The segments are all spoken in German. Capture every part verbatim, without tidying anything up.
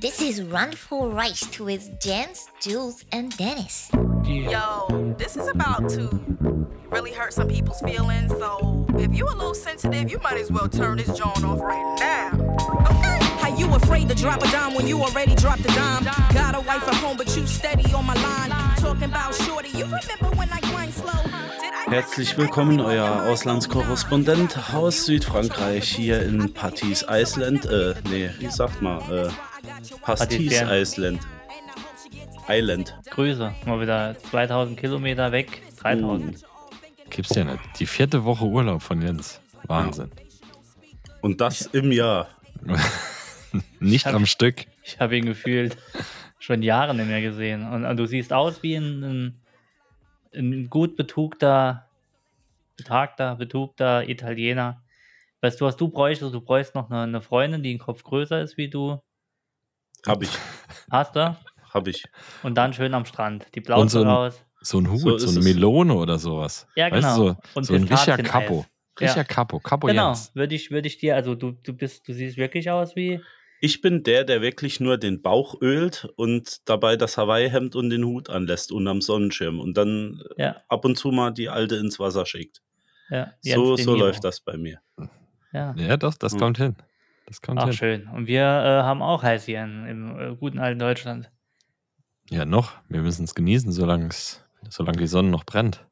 This is Run for Rice with Jens, Jules, and Dennis. Yo, this is about to really hurt some people's feelings. So if you a little sensitive, you might as well turn this joint off right now. Okay? How you afraid to drop a dime when you already dropped a dime? Got a wife at home, but you steady on my line. Talking about shorty, you remember when I grind slow? Herzlich willkommen, euer Auslandskorrespondent aus Südfrankreich hier in Patis Island. Äh, nee, wie sagt man? Äh, Pastis Island. Island. Grüße. Mal wieder zweitausend Kilometer weg. dreitausend. Mm. Gibt's ja nicht. Die vierte Woche Urlaub von Jens. Wahnsinn. Und das im Jahr. Nicht hab, am Stück. Ich habe ihn gefühlt schon Jahre nicht mehr gesehen. Und, und du siehst aus wie ein, ein, ein gut betugter, betagter, betugter Italiener. Weißt du, was du bräuchtest? Du bräuchst noch eine, eine Freundin, die einen Kopf größer ist wie du. Hab ich. Hast du? Hab ich. Und dann schön am Strand. Die Blauze so raus. So ein Hut, so, so eine Melone oder sowas. Ja, genau. Weißt du, so, und so ein richtiger Pistazieneis. Capo. Richtiger Ja. Capo. Capo Genau, Jens. würde ich, würde ich dir, also du, du bist, du siehst wirklich aus wie. Ich bin der, der wirklich nur den Bauch ölt und dabei das Hawaii-Hemd und den Hut anlässt unterm Sonnenschirm und dann Ja. ab und zu mal die Alte ins Wasser schickt. Ja, So, Jens so De Niro. läuft das bei mir. Ja. Ja, doch, das Hm. kommt hin. Das kommt Ach, hin. schön. Und wir äh, haben auch heiß hier in, im äh, guten alten Deutschland. Ja, noch. Wir müssen es genießen, solange es, solange die Sonne noch brennt.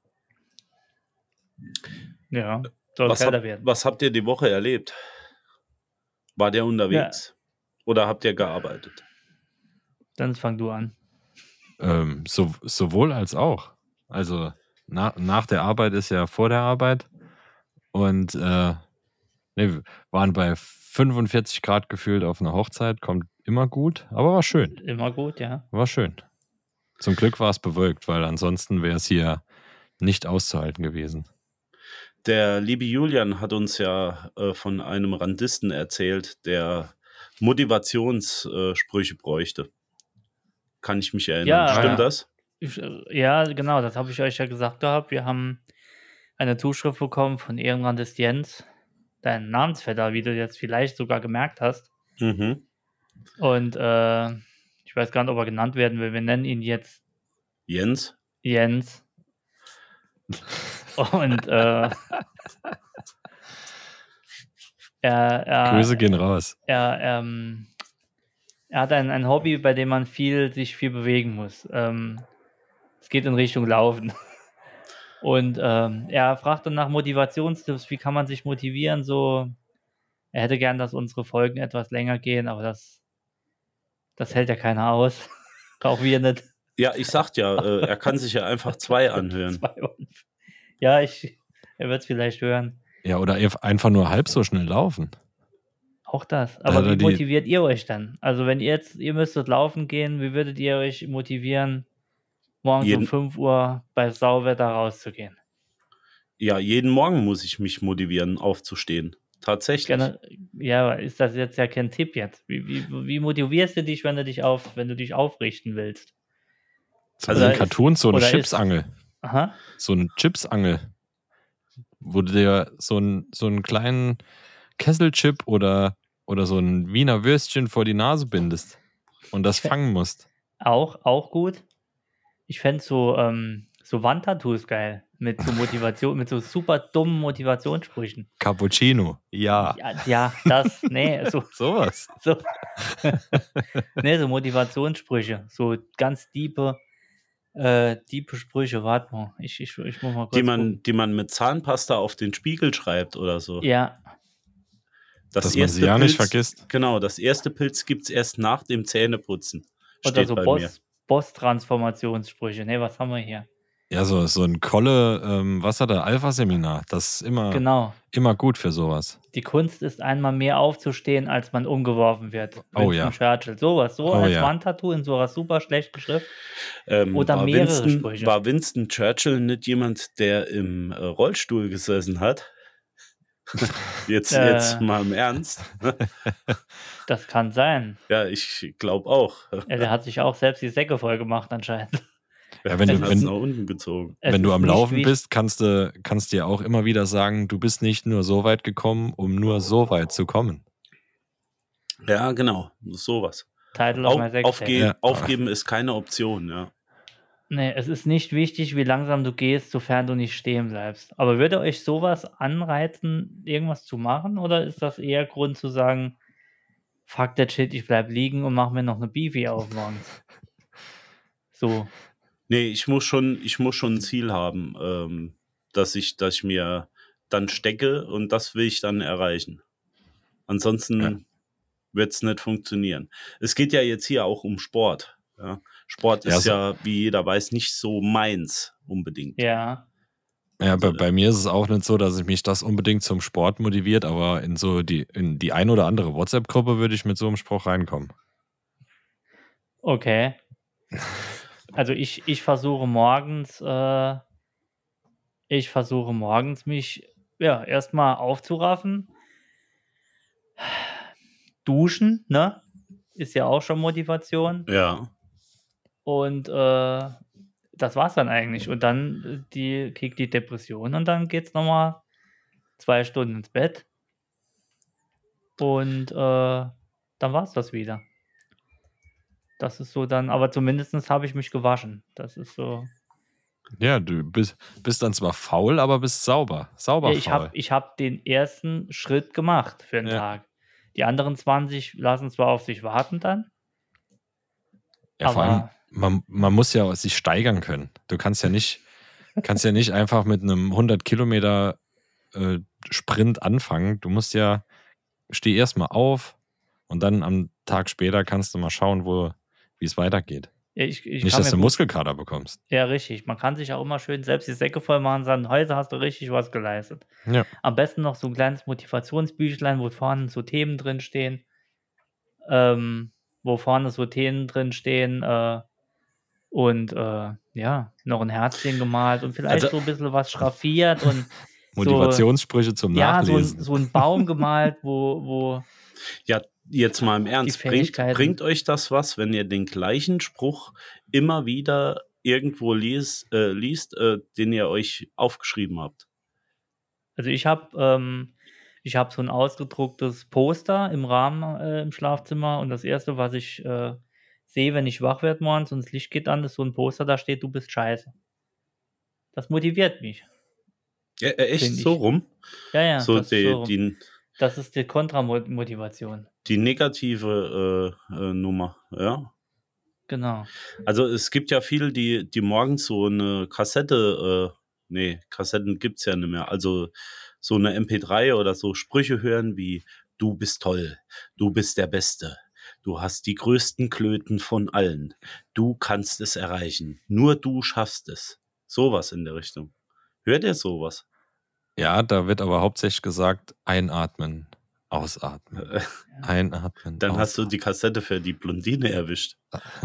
Ja, soll Was, kälter hab, werden. was habt ihr die Woche erlebt? War der unterwegs? Oder habt ihr gearbeitet? Dann fang du an. Ähm, so, sowohl als auch. Also na, nach der Arbeit ist ja vor der Arbeit. Und äh, nee, wir waren bei fünfundvierzig Grad gefühlt auf einer Hochzeit. Kommt immer gut, aber war schön. Immer gut, ja. War schön. Zum Glück war es bewölkt, weil ansonsten wäre es hier nicht auszuhalten gewesen. Der liebe Julian hat uns ja äh, von einem Randisten erzählt, der Motivationssprüche bräuchte. Kann ich mich erinnern? Ja, Stimmt ja. das? Ich, äh, ja, genau, das habe ich euch ja gesagt gehabt. Wir haben eine Zuschrift bekommen von Ehrenrandist Jens, dein Namensvetter, wie du jetzt vielleicht sogar gemerkt hast. Mhm. Und äh, ich weiß gar nicht, ob er genannt werden will. Wir nennen ihn jetzt Jens? Jens. Und äh, er, er, Grüße gehen raus. er, ähm, er hat ein, ein Hobby, bei dem man viel, sich viel bewegen muss. Ähm, es geht in Richtung Laufen. Und ähm, er fragt dann nach Motivationstipps, wie kann man sich motivieren, so. Er hätte gern, dass unsere Folgen etwas länger gehen, aber das, das hält ja keiner aus. Auch wir nicht. Ja, ich sagte ja, äh, er kann sich ja einfach zwei anhören. Zwei und- Ja, ich, er wird es vielleicht hören. Ja, oder einfach nur halb so schnell laufen. Auch das. Aber hat er wie die- motiviert ihr euch dann? Also wenn ihr jetzt, ihr müsstet laufen gehen, wie würdet ihr euch motivieren, morgens Jeden- um fünf Uhr bei Sauwetter rauszugehen? Ja, jeden Morgen muss ich mich motivieren, aufzustehen. Tatsächlich. Gerne, ja, aber ist das jetzt ja kein Tipp jetzt? Wie, wie, wie motivierst du dich, wenn du dich auf, wenn du dich aufrichten willst? So Also in ist- Cartoons so eine oder ist- Chipsangel. Aha. So eine Chipsangel. Wo du dir so einen, so einen kleinen Kesselchip oder, oder so ein Wiener Würstchen vor die Nase bindest und das fangen musst. Auch, auch gut. Ich fände so, ähm, so Wandtattoos geil. Mit so Motivation, mit so super dummen Motivationssprüchen. Cappuccino. Ja. Ja, ja das, nee, so, Sowas. so. nee, so Motivationssprüche. So ganz diepe, äh, diepe Sprüche. Warte mal, ich, ich, ich muss mal kurz Die man, gucken. die man mit Zahnpasta auf den Spiegel schreibt oder so. Ja, Dass man sie ja nicht vergisst. Genau, das erste Pilz gibt es erst nach dem Zähneputzen. oder Steht so bei mir. Boss, Boss-Transformationssprüche. Nee, was haben wir hier? Ja, so, so ein Kolle, ähm, was hat er, Alpha-Seminar. Das ist immer, Genau. immer gut für sowas. Die Kunst ist einmal mehr aufzustehen, als man umgeworfen wird. Oh Winston ja. Churchill. Sowas, so Oh als ja. Wandtattoo in so einer super schlechten Schrift. Ähm, Oder war mehrere Winston, Sprüche. War Winston Churchill nicht jemand, der im äh, Rollstuhl gesessen hat? jetzt, Äh. jetzt mal im Ernst. Das kann sein. Ja, ich glaube auch. Ja, der hat sich auch selbst die Säcke voll gemacht anscheinend. Ja, wenn Den du- hat's wenn- nach unten gezogen. Es Wenn du ist am nicht Laufen wie- bist, kannst du kannst dir auch immer wieder sagen, du bist nicht nur so weit gekommen, um nur so weit zu kommen. Ja, genau. Sowas. Title of Au, my sex aufge tape. Ja. Aufgeben ist keine Option, ja. Nee, es ist nicht wichtig, wie langsam du gehst, sofern du nicht stehen bleibst. Aber würde euch sowas anreizen, irgendwas zu machen? Oder ist das eher Grund zu sagen, fuck that shit, ich bleib liegen und mach mir noch eine Beefy auf morgens? So. Nee, ich muss schon, ich muss schon ein Ziel haben, ähm, dass ich, dass ich mir dann stecke und das will ich dann erreichen. Ansonsten Ja. wird es nicht funktionieren. Es geht ja jetzt hier auch um Sport. Ja. Sport Ja, ist so- ja, wie jeder weiß, nicht so meins unbedingt. Ja. Ja, bei, Also, bei mir ist es auch nicht so, dass ich mich das unbedingt zum Sport motiviert, aber in so die, in die ein oder andere WhatsApp-Gruppe würde ich mit so einem Spruch reinkommen. Okay. Also ich, ich versuche morgens, äh, ich versuche morgens mich ja erstmal aufzuraffen. Duschen, ne? Ist ja auch schon Motivation. Ja. Und äh, das war's dann eigentlich. Und dann äh, die, kriegt die Depression und dann geht's nochmal zwei Stunden ins Bett. Und äh, dann war's das wieder. Das ist so dann, aber zumindest habe ich mich gewaschen. Das ist so. Ja, du bist, bist dann zwar faul, aber bist sauber. Sauber Ja, ich faul. habe ich hab den ersten Schritt gemacht für den Ja. Tag. Die anderen zwanzig lassen zwar auf sich warten dann. Ja, vor allem, aber- man, man muss ja sich steigern können. Du kannst ja nicht, kannst ja nicht einfach mit einem hundert Kilometer äh, Sprint anfangen. Du musst ja, steh erstmal auf und dann am Tag später kannst du mal schauen, wo, wie es weitergeht. Ja, ich, ich Nicht, kann dass mir du gut- Muskelkater bekommst. Ja, richtig. Man kann sich auch immer schön selbst die Säcke voll machen und sagen, heute hast du richtig was geleistet. Ja. Am besten noch so ein kleines Motivationsbüchlein, wo vorne so Themen drin stehen. Ähm, wo vorne so Themen drin stehen. Äh, und äh, ja, noch ein Herzchen gemalt und vielleicht Also- so ein bisschen was schraffiert und Motivationssprüche zum ja, so ein, Nachlesen. so ein Baum gemalt, wo, wo Ja, jetzt mal im Ernst, bringt, Fähigkeiten. bringt euch das was, wenn ihr den gleichen Spruch immer wieder irgendwo liest, äh, liest äh, den ihr euch aufgeschrieben habt? Also ich habe ähm, ich habe so ein ausgedrucktes Poster im Rahmen äh, im Schlafzimmer und das erste, was ich äh, sehe, wenn ich wach werde morgens und das Licht geht an, ist so ein Poster, da steht, du bist scheiße. Das motiviert mich. Ja, äh, echt Find ich. so rum? Ja, ja, so das, die, ist so die, das ist die Kontramotivation. die negative äh, äh, Nummer, ja. Genau. Also es gibt ja viele, die, die morgens so eine Kassette, äh, nee, Kassetten gibt's ja nicht mehr, also so eine M P drei oder so Sprüche hören wie, du bist toll, du bist der Beste, du hast die größten Klöten von allen, du kannst es erreichen, nur du schaffst es. Sowas in der Richtung. Hört ihr sowas? Ja, da wird aber hauptsächlich gesagt, einatmen, ausatmen. Äh, Einatmen. Dann hast du ausatmen. die Kassette für die Blondine erwischt.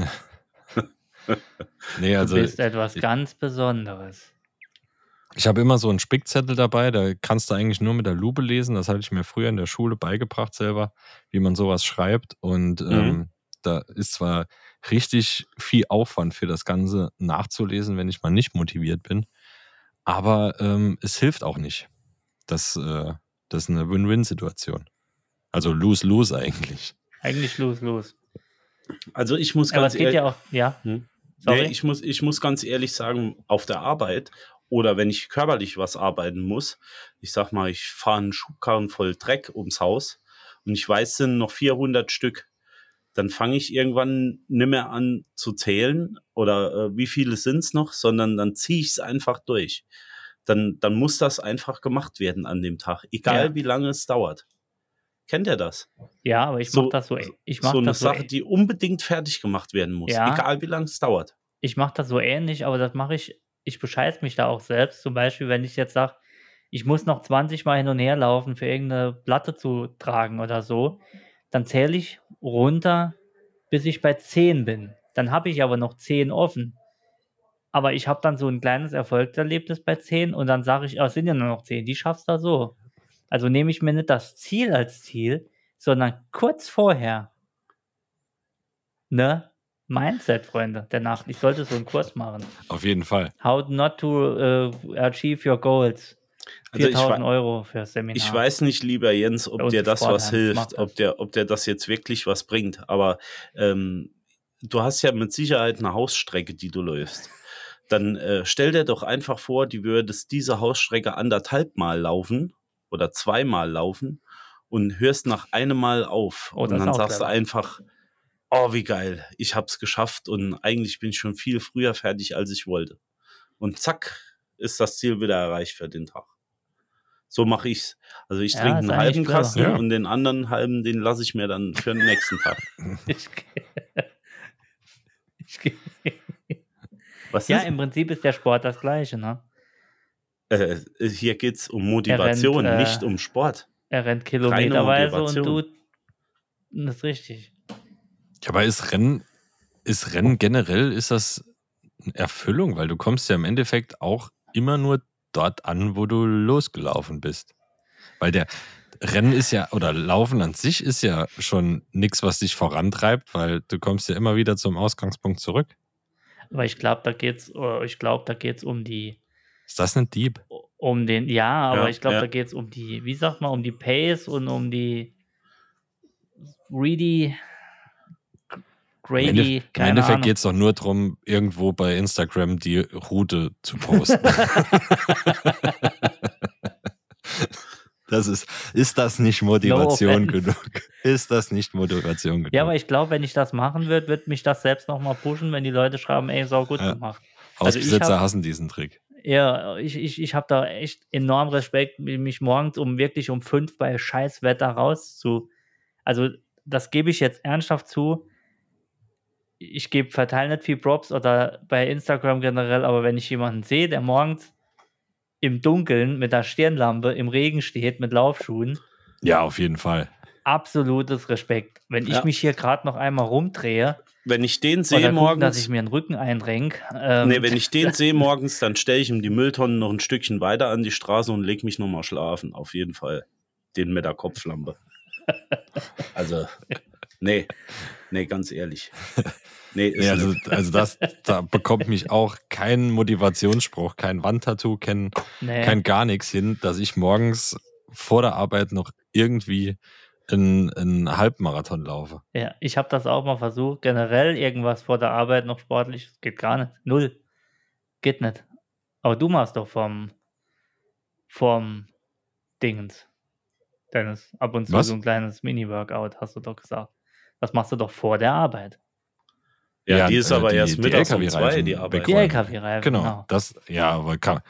Nee, also du bist etwas ganz Besonderes. ich habe immer so einen Spickzettel dabei, da kannst du eigentlich nur mit der Lupe lesen. Das hatte ich mir früher in der Schule beigebracht selber, wie man sowas schreibt. Und Mhm. ähm, da ist zwar richtig viel Aufwand für das Ganze nachzulesen, wenn ich mal nicht motiviert bin, aber ähm, es hilft auch nicht. Das, äh, das ist eine Win-Win-Situation. Also lose-lose eigentlich. Eigentlich los, los. Also ich muss Aber ganz es geht ja auch, ja, Hm? sorry. Nee, ich muss, ich muss ganz ehrlich sagen, auf der Arbeit oder wenn ich körperlich was arbeiten muss, ich sag mal, ich fahre einen Schubkarren voll Dreck ums Haus und ich weiß, es sind noch vierhundert Stück, dann fange ich irgendwann nicht mehr an zu zählen oder äh, wie viele sind es noch, sondern dann ziehe ich es einfach durch. Dann, dann muss das einfach gemacht werden an dem Tag, egal Ja. wie lange es dauert. Kennt ihr das? Ja, aber ich So- mache das so, ich mach so eine das so, Sache, die unbedingt fertig gemacht werden muss, Ja. egal wie lange es dauert. ich mache das so ähnlich, aber das mache ich, ich bescheiß mich da auch selbst. Zum Beispiel, wenn ich jetzt sage, ich muss noch zwanzig Mal hin und her laufen, für irgendeine Platte zu tragen oder so, dann zähle ich runter, bis ich bei zehn bin. Dann habe ich aber noch zehn offen. Aber ich habe dann so ein kleines Erfolgserlebnis bei zehn und dann sage ich, ah, es sind ja nur noch zehn, die schaffst du so. Also nehme ich mir nicht das Ziel als Ziel, sondern kurz vorher. Ne? Mindset, Freunde, der Nacht. Ich sollte so einen Kurs machen. Auf jeden Fall. How not to uh, achieve your goals. viertausend Euro für das Seminar. Ich weiß nicht, lieber Jens, ob dir das was hilft, ob der, ob der das jetzt wirklich was bringt. Aber ähm, du hast ja mit Sicherheit eine Hausstrecke, die du läufst. Dann äh, stell dir doch einfach vor, die würdest diese Hausstrecke anderthalb Mal laufen oder zweimal laufen und hörst nach einem Mal auf. Oh, und dann sagst clever. du einfach, oh, wie geil, ich hab's geschafft und eigentlich bin ich schon viel früher fertig, als ich wollte. Und zack, ist das Ziel wieder erreicht für den Tag. So mache ich's. Also ich ja, trinke einen halben Kasten ja. und den anderen halben, den lasse ich mir dann für den nächsten Tag. ich ich Was ja, ist? Im Prinzip ist der Sport das Gleiche, ne? Äh, hier geht's um Motivation, rennt, äh, nicht um Sport. Er rennt kilometerweise und du, das ist richtig. Ja, aber ist Rennen, ist Rennen generell, ist das eine Erfüllung? Weil du kommst ja im Endeffekt auch immer nur dort an, wo du losgelaufen bist. Weil der Rennen ist ja, oder Laufen an sich ist ja schon nichts, was dich vorantreibt, weil du kommst ja immer wieder zum Ausgangspunkt zurück. Aber ich glaube, da geht's, ich glaube, da geht's um die. Ist das ein Dieb? Um den, ja, aber ja, ich glaube, ja. da geht's um die, wie sagt man, um die Pace und um die Greedy, Grady, Im Endeffekt geht es doch nur darum, irgendwo bei Instagram die Route zu posten. Das ist, ist das nicht Motivation no genug? Ist das nicht Motivation genug? Ja, aber ich glaube, wenn ich das machen würde, wird mich das selbst nochmal pushen, wenn die Leute schreiben, ey, sau gut ja. gemacht. Hausbesitzer also hab, hassen diesen Trick. Ja, ich, ich, ich habe da echt enorm Respekt, mich morgens um wirklich um fünf bei Scheißwetter raus zu. Also, das gebe ich jetzt ernsthaft zu. Ich gebe verteile nicht viel Props oder bei Instagram generell, aber wenn ich jemanden sehe, der morgens im Dunkeln mit der Stirnlampe im Regen steht, mit Laufschuhen. Ja, auf jeden Fall. Absolutes Respekt. Wenn ja. ich mich hier gerade noch einmal rumdrehe, wenn ich den sehe morgens, dass ich mir einen Rücken einrenke. Ähm, nee, wenn ich den sehe morgens, dann stelle ich ihm die Mülltonnen noch ein Stückchen weiter an die Straße und lege mich nochmal schlafen. Auf jeden Fall. Den mit der Kopflampe. Also, nee, nee, ganz ehrlich. Nee, nee, also, also das, da bekommt mich auch kein Motivationsspruch, kein Wandtattoo, kein, nee. kein gar nichts hin, dass ich morgens vor der Arbeit noch irgendwie einen, einen Halbmarathon laufe. Ja, ich habe das auch mal versucht. Generell irgendwas vor der Arbeit noch sportlich, das geht gar nicht. Null. Geht nicht. Aber du machst doch vom, vom Dingens. Dennis, ab und zu Was? so ein kleines Mini-Workout, hast du doch gesagt. Das machst du doch vor der Arbeit. Ja, ja die ist äh, aber die, erst die mittags um zwei, die Arbeit. Die L K W-Reifen, genau. genau. Das, ja, aber kann,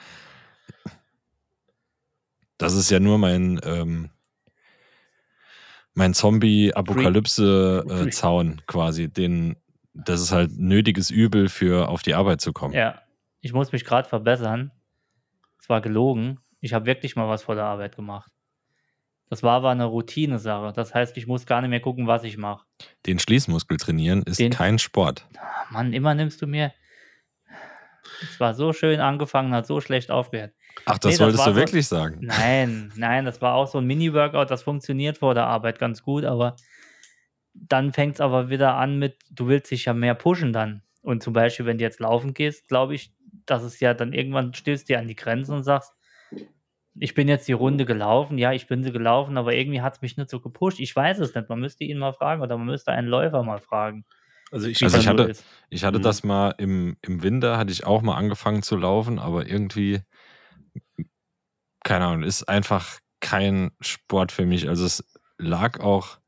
das ist ja nur mein, ähm, mein Zombie-Apokalypse-Zaun äh, quasi. Den, das ist halt nötiges Übel für auf die Arbeit zu kommen. Ja, ich muss mich gerade verbessern. Es war gelogen. Ich habe wirklich mal was vor der Arbeit gemacht. Das war aber eine Routine-Sache. Das heißt, ich muss gar nicht mehr gucken, was ich mache. Den Schließmuskel trainieren ist Den, kein Sport. Mann, immer nimmst du mir... Es war so schön angefangen, hat so schlecht aufgehört. Ach, das nee, wolltest das du so, wirklich sagen? Nein, nein, das war auch so ein Mini-Workout, das funktioniert vor der Arbeit ganz gut, aber dann fängt es aber wieder an mit, du willst dich ja mehr pushen dann. Und zum Beispiel, wenn du jetzt laufen gehst, glaube ich, dass es ja dann irgendwann stößt dir an die Grenzen und sagst, ich bin jetzt die Runde gelaufen, ja, ich bin sie gelaufen, aber irgendwie hat es mich nicht so gepusht. Ich weiß es nicht, man müsste ihn mal fragen oder man müsste einen Läufer mal fragen. Also ich, also ich hatte, ich hatte mhm. das mal im, im Winter, hatte ich auch mal angefangen zu laufen, aber irgendwie, keine Ahnung, ist einfach kein Sport für mich. Also es lag auch,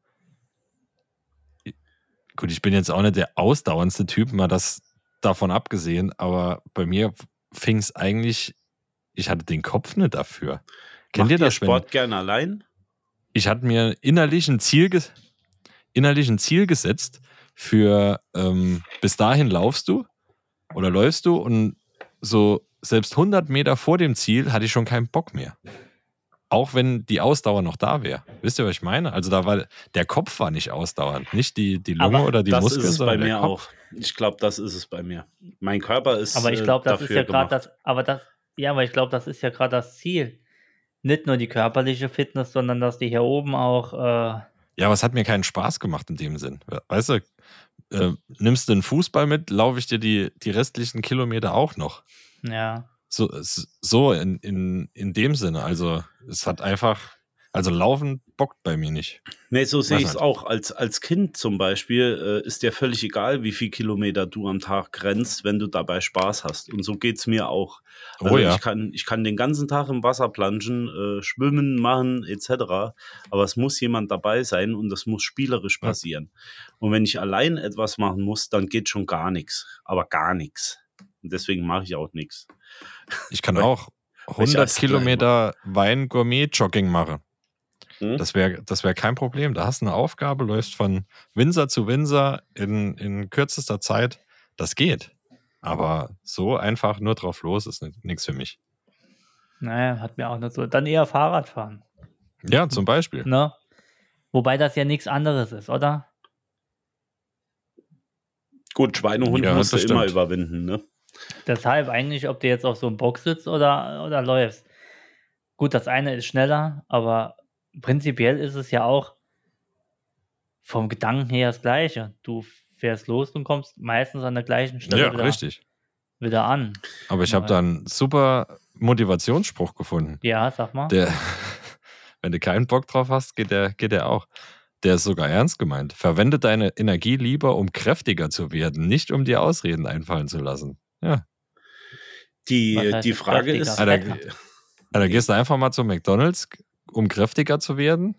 gut, ich bin jetzt auch nicht der ausdauerndste Typ, mal das davon abgesehen, aber bei mir fing es eigentlich, ich hatte den Kopf nicht dafür. Kennt ihr das? Sport wenn, gern allein? Ich hatte mir innerlich ein Ziel, ges- innerlich ein Ziel gesetzt, für ähm, bis dahin laufst du oder läufst du und so selbst hundert Meter vor dem Ziel hatte ich schon keinen Bock mehr. Auch wenn die Ausdauer noch da wäre. Wisst ihr, was ich meine? Also da war der Kopf war nicht ausdauernd, nicht die, die Lunge aber oder die das Muskeln. Das ist es bei mir auch. Ich glaube, das ist es bei mir. Mein Körper ist aber ich glaube, das dafür ist ja gerade das. Aber das, ja, aber ich glaube, das ist ja gerade das Ziel. Nicht nur die körperliche Fitness, sondern dass die hier oben auch. Äh ja, aber es hat mir keinen Spaß gemacht in dem Sinn. Weißt du, äh, nimmst du den Fußball mit, laufe ich dir die, die restlichen Kilometer auch noch. Ja. So, so in, in, in dem Sinne. Also es hat einfach, also Laufen bockt bei mir nicht. Nee, so sehe Weiß ich es nicht. auch. Als, als Kind zum Beispiel äh, ist dir völlig egal, wie viel Kilometer du am Tag rennst, wenn du dabei Spaß hast. Und so geht's mir auch. Also Oh ja. ich kann, ich kann den ganzen Tag im Wasser planschen, äh, schwimmen, machen, et cetera. Aber es muss jemand dabei sein und das muss spielerisch Ja. passieren. Und wenn ich allein etwas machen muss, dann geht schon gar nichts. Aber gar nichts. Und deswegen mache ich auch nichts. Ich kann Weil- auch ich hundert als klein Kilometer Wein-Gourmet-Jogging machen. Hm? Das wäre das wär kein Problem. Da hast du eine Aufgabe, läufst von Winzer zu Winzer in, in kürzester Zeit. Das geht. Aber so einfach nur drauf los ist nichts für mich. Naja, hat mir auch nicht so. Dann eher Fahrradfahren. Ja, zum Beispiel. Ne? Wobei das ja nichts anderes ist, oder? Gut, Schweinehund Ja, musst du das immer stimmt. überwinden, ne? Deshalb eigentlich, ob du jetzt auf so einem Box sitzt oder, oder läufst. Gut, das eine ist schneller, aber prinzipiell ist es ja auch vom Gedanken her das Gleiche. Du fährst los und kommst meistens an der gleichen Stelle Ja, wieder, richtig. wieder an. Aber ich habe da einen super Motivationsspruch gefunden. Ja, sag mal. Der, wenn du keinen Bock drauf hast, geht der, geht der auch. Der ist sogar ernst gemeint. Verwende deine Energie lieber, um kräftiger zu werden, nicht um dir Ausreden einfallen zu lassen. Ja. Was Die, heißt die das, Frage kräftiger? ist, Alter, Fetter? Also gehst du einfach mal zu McDonald's, um kräftiger zu werden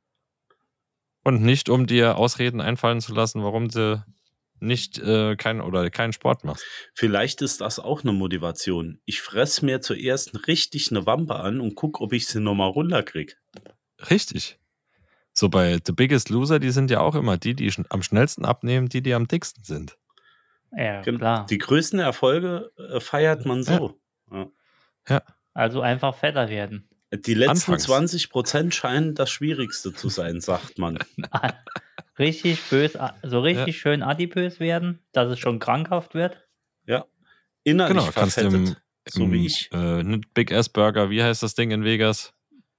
und nicht, um dir Ausreden einfallen zu lassen, warum du nicht äh, kein, oder keinen Sport machst. vielleicht ist das auch eine Motivation. Ich fress mir zuerst richtig eine Wampe an und guck, ob ich sie nochmal runterkrieg. Richtig. So bei The Biggest Loser, die sind ja auch immer die, die schn- am schnellsten abnehmen, die, die am dicksten sind. Ja, Gen- klar. Die größten Erfolge äh, feiert man so. Ja. Ja. Also einfach fetter werden. Die letzten Anfangs. zwanzig Prozent scheinen das Schwierigste zu sein, sagt man. Richtig bös, so richtig schön adipös werden, dass es schon krankhaft wird. Ja. Innerlich Genau, kannst du im, verfettet, so im wie ich. Äh, nicht Big Ass Burger, wie heißt das Ding in Vegas?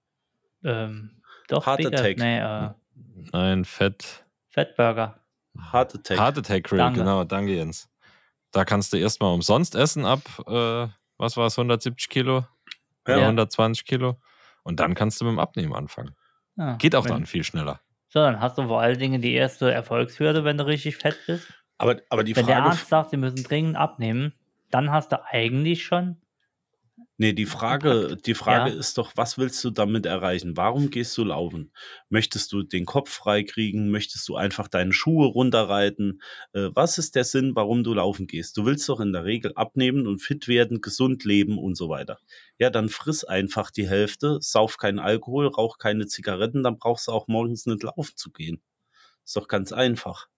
Ähm, doch, Heart Big Ass, Attack. nee, äh, Nein, Fett. Fettburger. Heart Attack. Heart Attack Grill, Danke. genau, danke Jens. Da kannst du erstmal umsonst essen ab, äh, was war es, hundertsiebzig Kilo? Oder Ja. hundertzwanzig Kilo? Und dann kannst du mit dem Abnehmen anfangen. Ja. Geht auch Wenn- dann viel schneller. So, dann hast du vor allen Dingen die erste Erfolgshürde, wenn du richtig fett bist. Aber, aber die Wenn der Frage, Arzt sagt, sie müssen dringend abnehmen, dann hast du eigentlich schon. nee, die Frage, die Frage Ja. ist doch, was willst du damit erreichen? Warum gehst du laufen? Möchtest du den Kopf freikriegen? Möchtest du einfach deine Schuhe runterreiten? Äh, was ist der Sinn, warum du laufen gehst? Du willst doch in der Regel abnehmen und fit werden, gesund leben und so weiter. Ja, dann friss einfach die Hälfte, sauf keinen Alkohol, rauch keine Zigaretten, dann brauchst du auch morgens nicht laufen zu gehen. Ist doch ganz einfach.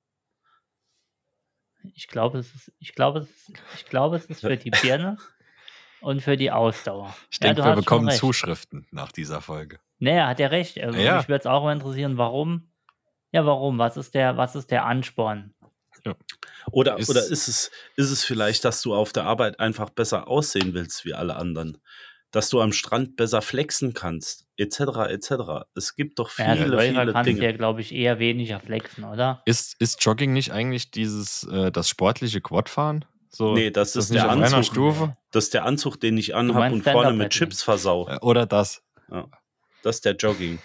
Ich glaube, es ist, ich glaube, es ist, ich glaube, es ist für die Birne und für die Ausdauer. Ich Ja, denke, du wir hast schon bekommen recht. Zuschriften nach dieser Folge. Naja, hat er recht. Also, Ja. Mich würde es auch mal interessieren, warum. Ja, warum? Was ist der, was ist der Ansporn? Oder, Ist- oder ist es, ist es vielleicht, dass du auf der Arbeit einfach besser aussehen willst wie alle anderen? Dass du am Strand besser flexen kannst, et cetera, et cetera. Es gibt doch Ja, als viele, Läufer viele kannst du ja, Dinge. glaube ich, eher weniger flexen, oder? Ist, ist Jogging nicht eigentlich dieses, äh, das sportliche Quadfahren? So, Nee, das ist nicht der auf einer Anzug. Stufe? Das ist der Anzug, den ich anhab meinst und vorne Stand-Up-Paddling? mit Chips versau. Äh, Oder das? Das ist der Jogging.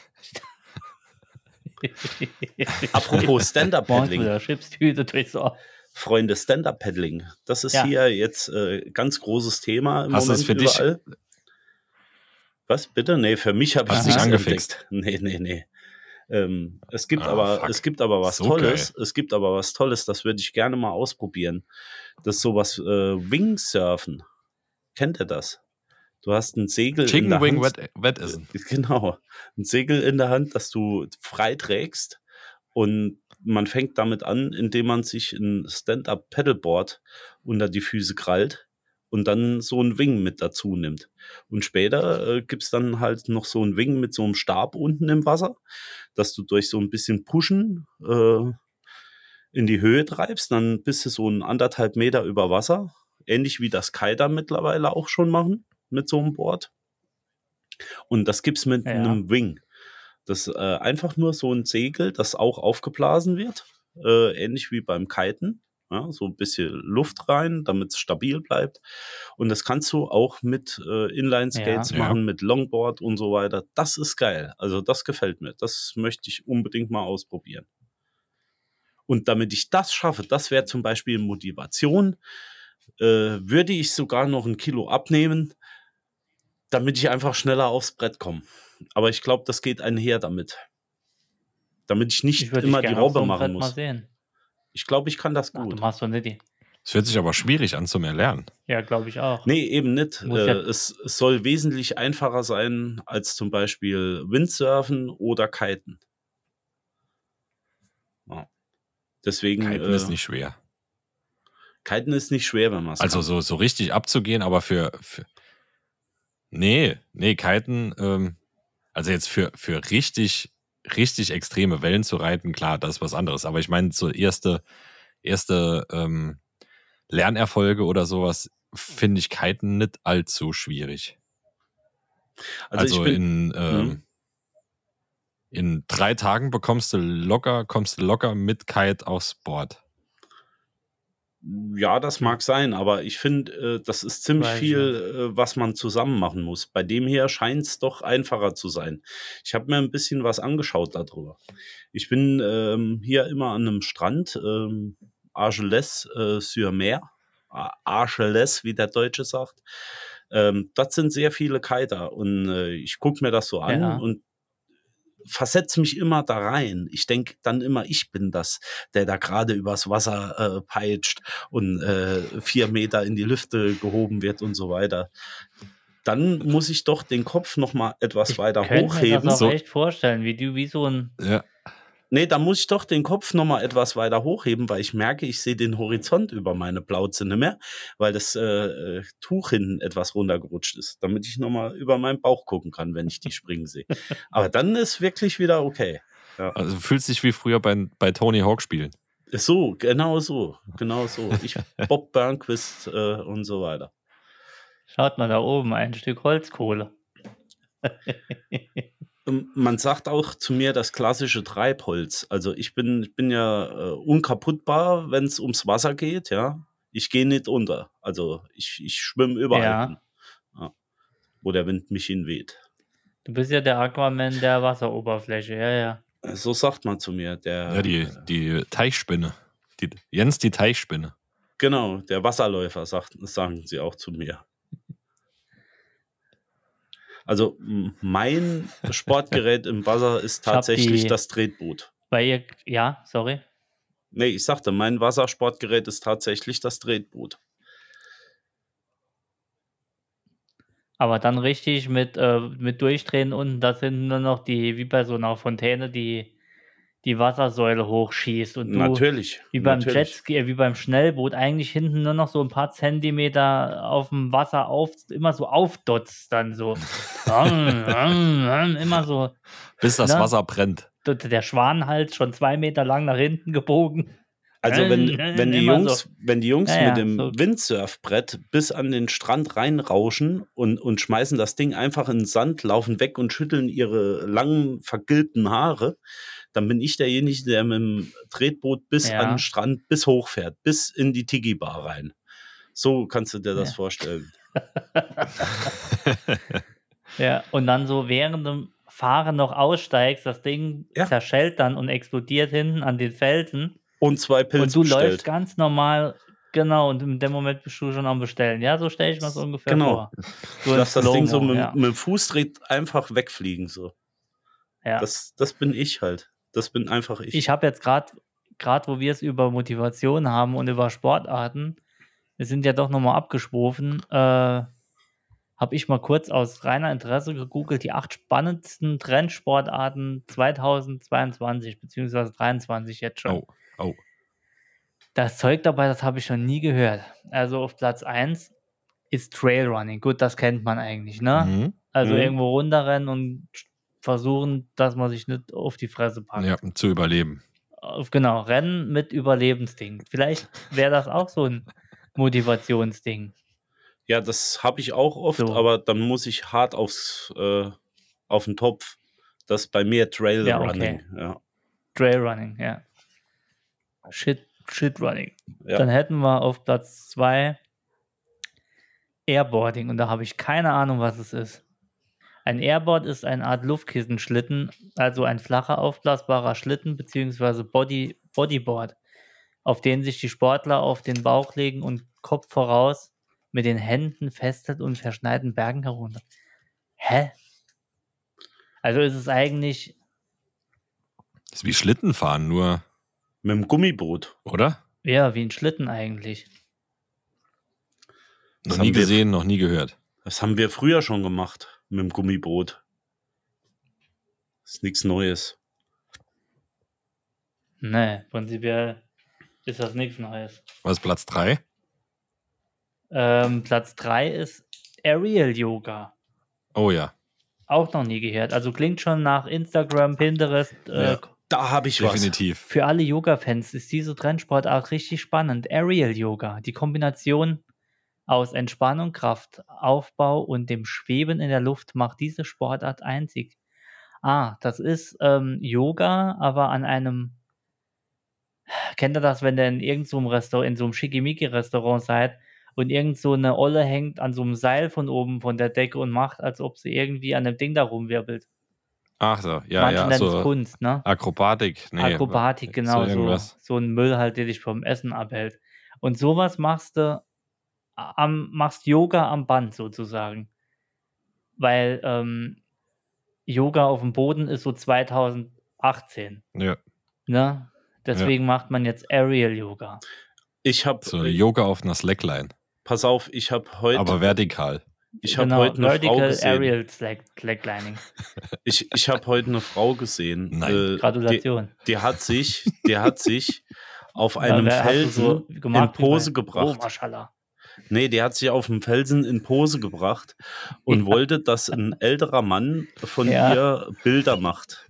Apropos Stand-Up-Paddling. Morgens mit der Chipstüte durchs Ohr. Freunde, Stand-Up-Paddling. Das ist Ja. hier jetzt äh, ganz großes Thema im Hast du Moment es für dich- überall. Was, bitte? Nee, für mich habe ich Hast du nichts dich angefixt? entdeckt. Nee, nee, nee. Ähm, es, gibt Ah, aber, fuck. es gibt aber was So Tolles. Es gibt aber was Tolles, das würde ich gerne mal ausprobieren. Das ist sowas äh, Wingsurfen. Kennt ihr das? Du hast ein Segel in Chicken der Wing Hand. Wet, Wettessen. Genau. Ein Segel in der Hand, das du frei trägst. Und man fängt damit an, indem man sich ein Stand-Up-Paddleboard unter die Füße krallt und dann so ein Wing mit dazu nimmt. Und später äh, gibt's dann halt noch so ein Wing mit so einem Stab unten im Wasser, dass du durch so ein bisschen Pushen äh, in die Höhe treibst. Dann bist du so ein anderthalb Meter über Wasser. Ähnlich wie das Kiter mittlerweile auch schon machen mit so einem Board. Und das gibt's mit Ja. einem Wing. Das äh, einfach nur so ein Segel, das auch aufgeblasen wird, äh, ähnlich wie beim Kiten. Ja, so ein bisschen Luft rein, damit es stabil bleibt. Und das kannst du auch mit äh, Inline-Skates Ja. machen, Ja. mit Longboard und so weiter. Das ist geil. Also das gefällt mir. Das möchte ich unbedingt mal ausprobieren. Und damit ich das schaffe, das wäre zum Beispiel Motivation, äh, würde ich sogar noch ein Kilo abnehmen, damit ich einfach schneller aufs Brett komme. Aber ich glaube, das geht einher damit. Damit ich nicht Ich würde immer dich die gerne auf Robbe so einem machen Brett mal muss. sehen. Ich glaube, ich kann das Ach, du gut. machst so nicht die. Es hört sich aber schwierig an zum Erlernen. Ja, glaube ich auch. Nee, eben nicht. Muss Äh, ja- es, es soll wesentlich einfacher sein als zum Beispiel Windsurfen oder Kiten. Ja. Deswegen, Kiten äh, ist nicht schwer. Kiten ist nicht schwer, wenn man es Also kann. so, so richtig abzugehen, aber für, für nee, nee, Kiten, ähm, also jetzt für, für richtig, richtig extreme Wellen zu reiten, klar, das ist was anderes. Aber ich meine, so erste, erste ähm, Lernerfolge oder sowas finde ich Kiten nicht allzu schwierig. Also, Also, ich bin, in, ähm, Mhm. in drei Tagen bekommst du locker, kommst du locker mit Kite aufs Board. Ja, das mag sein, aber ich finde, äh, das ist ziemlich Weiß ich viel, äh, was man zusammen machen muss. Bei dem hier scheint es doch einfacher zu sein. Ich habe mir ein bisschen was angeschaut darüber. Ich bin ähm, hier immer an einem Strand, ähm, Argelès-sur-Mer, A- Argelès, wie der Deutsche sagt. Ähm, das sind sehr viele Kiter und äh, ich gucke mir das so an Ja. und versetze mich immer da rein. Ich denke dann immer, ich bin das, der da gerade übers Wasser äh, peitscht und äh, vier Meter in die Lüfte gehoben wird und so weiter. Dann muss ich doch den Kopf noch mal etwas Ich weiter könnte mir das hochheben. auch So- echt vorstellen, wie du wie so ein Ja. Nee, da muss ich doch den Kopf noch mal etwas weiter hochheben, weil ich merke, ich sehe den Horizont über meine Plauze nicht mehr, weil das äh, äh, Tuch hinten etwas runtergerutscht ist, damit ich noch mal über meinen Bauch gucken kann, wenn ich die springen sehe. Aber dann ist wirklich wieder okay. Also fühlst dich wie früher bei, bei Tony Hawk spielen. So, genau so, genau so. Ich, Bob Burnquist äh, und so weiter. Schaut mal da oben, ein Stück Holzkohle. Ähm, Man sagt auch zu mir das klassische Treibholz. Also ich bin, ich bin ja äh, unkaputtbar, wenn es ums Wasser geht, ja. Ich gehe nicht unter. Also ich, ich schwimme überall Ja. hin, ja, wo der Wind mich hinweht. Du bist ja der Aquaman der Wasseroberfläche, ja, ja. Äh, So sagt man zu mir. Der, Ja, die, die Teichspinne. Die, Jens, die Teichspinne. Genau, der Wasserläufer, sagt, sagen sie auch zu mir. Also m- mein Sportgerät im Wasser ist Ich hab tatsächlich die- das Tretboot. Weil ihr, ja, sorry. Nee, ich sagte, mein Wassersportgerät ist tatsächlich das Tretboot. Aber dann richtig mit, äh, mit Durchdrehen unten, das sind nur noch die, wie bei so einer Fontäne, die die Wassersäule hochschießt und du Natürlich. wie beim natürlich. Jetski, äh, wie beim Schnellboot eigentlich hinten nur noch so ein paar Zentimeter auf dem Wasser auf, immer so aufdotzt dann so. Immer so, Bis das Ne? Wasser brennt. der Schwanenhals schon zwei Meter lang nach hinten gebogen. Also wenn, Äh, wenn die immer Jungs, so. wenn die Jungs Ja, ja, mit dem so. Windsurfbrett bis an den Strand reinrauschen und, und schmeißen das Ding einfach in den Sand, laufen weg und schütteln ihre langen, vergilbten Haare, dann bin ich derjenige, der mit dem Tretboot bis Ja. an den Strand, bis hochfährt, bis in die Tiki-Bar rein. So kannst du dir das Ja. vorstellen. Ja, und dann so während dem Fahren noch aussteigst, das Ding Ja. zerschellt dann und explodiert hinten an den Felsen. Und zwei Pilze Und du bestellt. läufst ganz normal, genau, und in dem Moment bist du schon am Bestellen. Ja, so stelle ich mir das ungefähr Genau. vor. So in Lass das Ding so Slow-Mo, mit, ja. mit dem Fußtritt einfach wegfliegen. So. Ja. Das, das bin ich halt. Das bin einfach ich. Ich habe jetzt gerade, gerade wo wir es über Motivation haben und über Sportarten, wir sind ja doch nochmal abgeschwofen, äh, habe ich mal kurz aus reiner Interesse gegoogelt, die acht spannendsten Trendsportarten zweitausendzweiundzwanzig beziehungsweise dreiundzwanzig jetzt schon. Oh, oh. Das Zeug dabei, das habe ich schon nie gehört. Also auf Platz eins ist Trailrunning. Gut, das kennt man eigentlich, ne? Mhm. Also Mhm. irgendwo runterrennen und versuchen, dass man sich nicht auf die Fresse packt. Ja, zu überleben. Auf, genau, Rennen mit Überlebensding. Vielleicht wäre das auch so ein Motivationsding. Ja, das habe ich auch oft, So. aber dann muss ich hart aufs, äh, auf den Topf. Das ist bei mir Trail Ja, Running. okay. Ja. Trailrunning, ja. Shit, Shitrunning. Ja. Dann hätten wir auf Platz zwei Airboarding und da habe ich keine Ahnung, was es ist. Ein Airboard ist eine Art Luftkissenschlitten, also ein flacher, aufblasbarer Schlitten bzw. Body, Bodyboard, auf den sich die Sportler auf den Bauch legen und Kopf voraus mit den Händen festhält und verschneiten Bergen herunter. Hä? Also ist es eigentlich... Das ist wie Schlittenfahren, nur... Mit dem Gummiboot. Oder? Ja, wie ein Schlitten eigentlich. Noch Das nie haben wir- gesehen, noch nie gehört. Das haben wir früher schon gemacht mit dem Gummiboot. Ist nichts Neues. Nee, prinzipiell ist das nichts Neues. Was ist Platz drei? Ähm, Platz drei ist Aerial Yoga. Oh ja, Auch noch nie gehört. Also klingt schon nach Instagram, Pinterest. Äh, Ja. Da habe ich was. definitiv. Für alle Yoga-Fans ist diese Trendsportart richtig spannend. Aerial Yoga, die Kombination aus Entspannung, Kraft, Aufbau und dem Schweben in der Luft macht diese Sportart einzig. Ah, das ist ähm, Yoga, aber an einem... Kennt ihr das, wenn ihr in irgendeinem so Restaurant, in so einem Schickimicki-Restaurant seid und irgend so eine Olle hängt an so einem Seil von oben von der Decke und macht, als ob sie irgendwie an dem Ding da rumwirbelt. Ach so, ja, Manche ja, nennen es so Kunst, ne? Akrobatik. Nee, Akrobatik, genau, so so, irgendwas. so ein Müll halt, der dich vom Essen abhält. Und sowas machst du am, machst Yoga am Band sozusagen. Weil ähm, Yoga auf dem Boden ist so zweitausendachtzehn. Ja, Ne? Deswegen macht man jetzt Aerial Yoga. Ich habe, so Yoga auf einer Slackline, pass auf, ich habe heute, aber vertikal. ich habe Genau, heute eine Frau Vertical gesehen. Aerial Slack, Slacklining. Ich, ich habe heute eine Frau gesehen. Nein. äh, die, Gratulation. die hat sich, die hat sich auf Ja, einem wer- hast du Felsen so gemacht in Pose wie bei- gebracht. Oh, Maschallah. Nee, die hat sich auf dem Felsen in Pose gebracht und Ja. wollte, dass ein älterer Mann von Ja. ihr Bilder macht.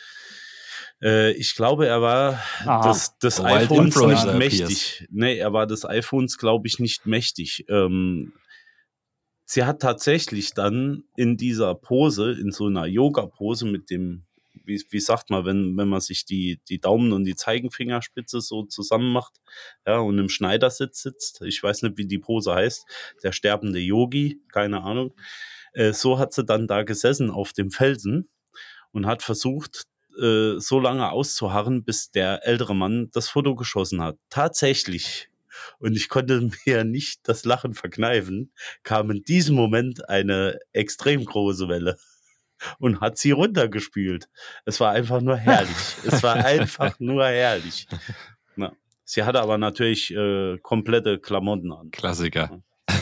Äh, ich glaube, er war Aha. des, des Oh, Wild iPhones Influencer nicht mächtig. Nee, er war des iPhones, glaube ich, nicht mächtig. Ähm, sie hat tatsächlich dann in dieser Pose, in so einer Yoga-Pose mit dem, wie, wie sagt man, wenn, wenn man sich die, die Daumen und die Zeigenfingerspitze so zusammen macht, ja, und im Schneidersitz sitzt, ich weiß nicht, wie die Pose heißt, der sterbende Yogi, keine Ahnung, äh, so hat sie dann da gesessen auf dem Felsen und hat versucht, äh, so lange auszuharren, bis der ältere Mann das Foto geschossen hat. Tatsächlich. Und ich konnte mir nicht das Lachen verkneifen, kam in diesem Moment eine extrem große Welle und hat sie runtergespült. Es war einfach nur herrlich. Es war einfach nur herrlich. Ja. Sie hatte aber natürlich äh, komplette Klamotten an. Klassiker.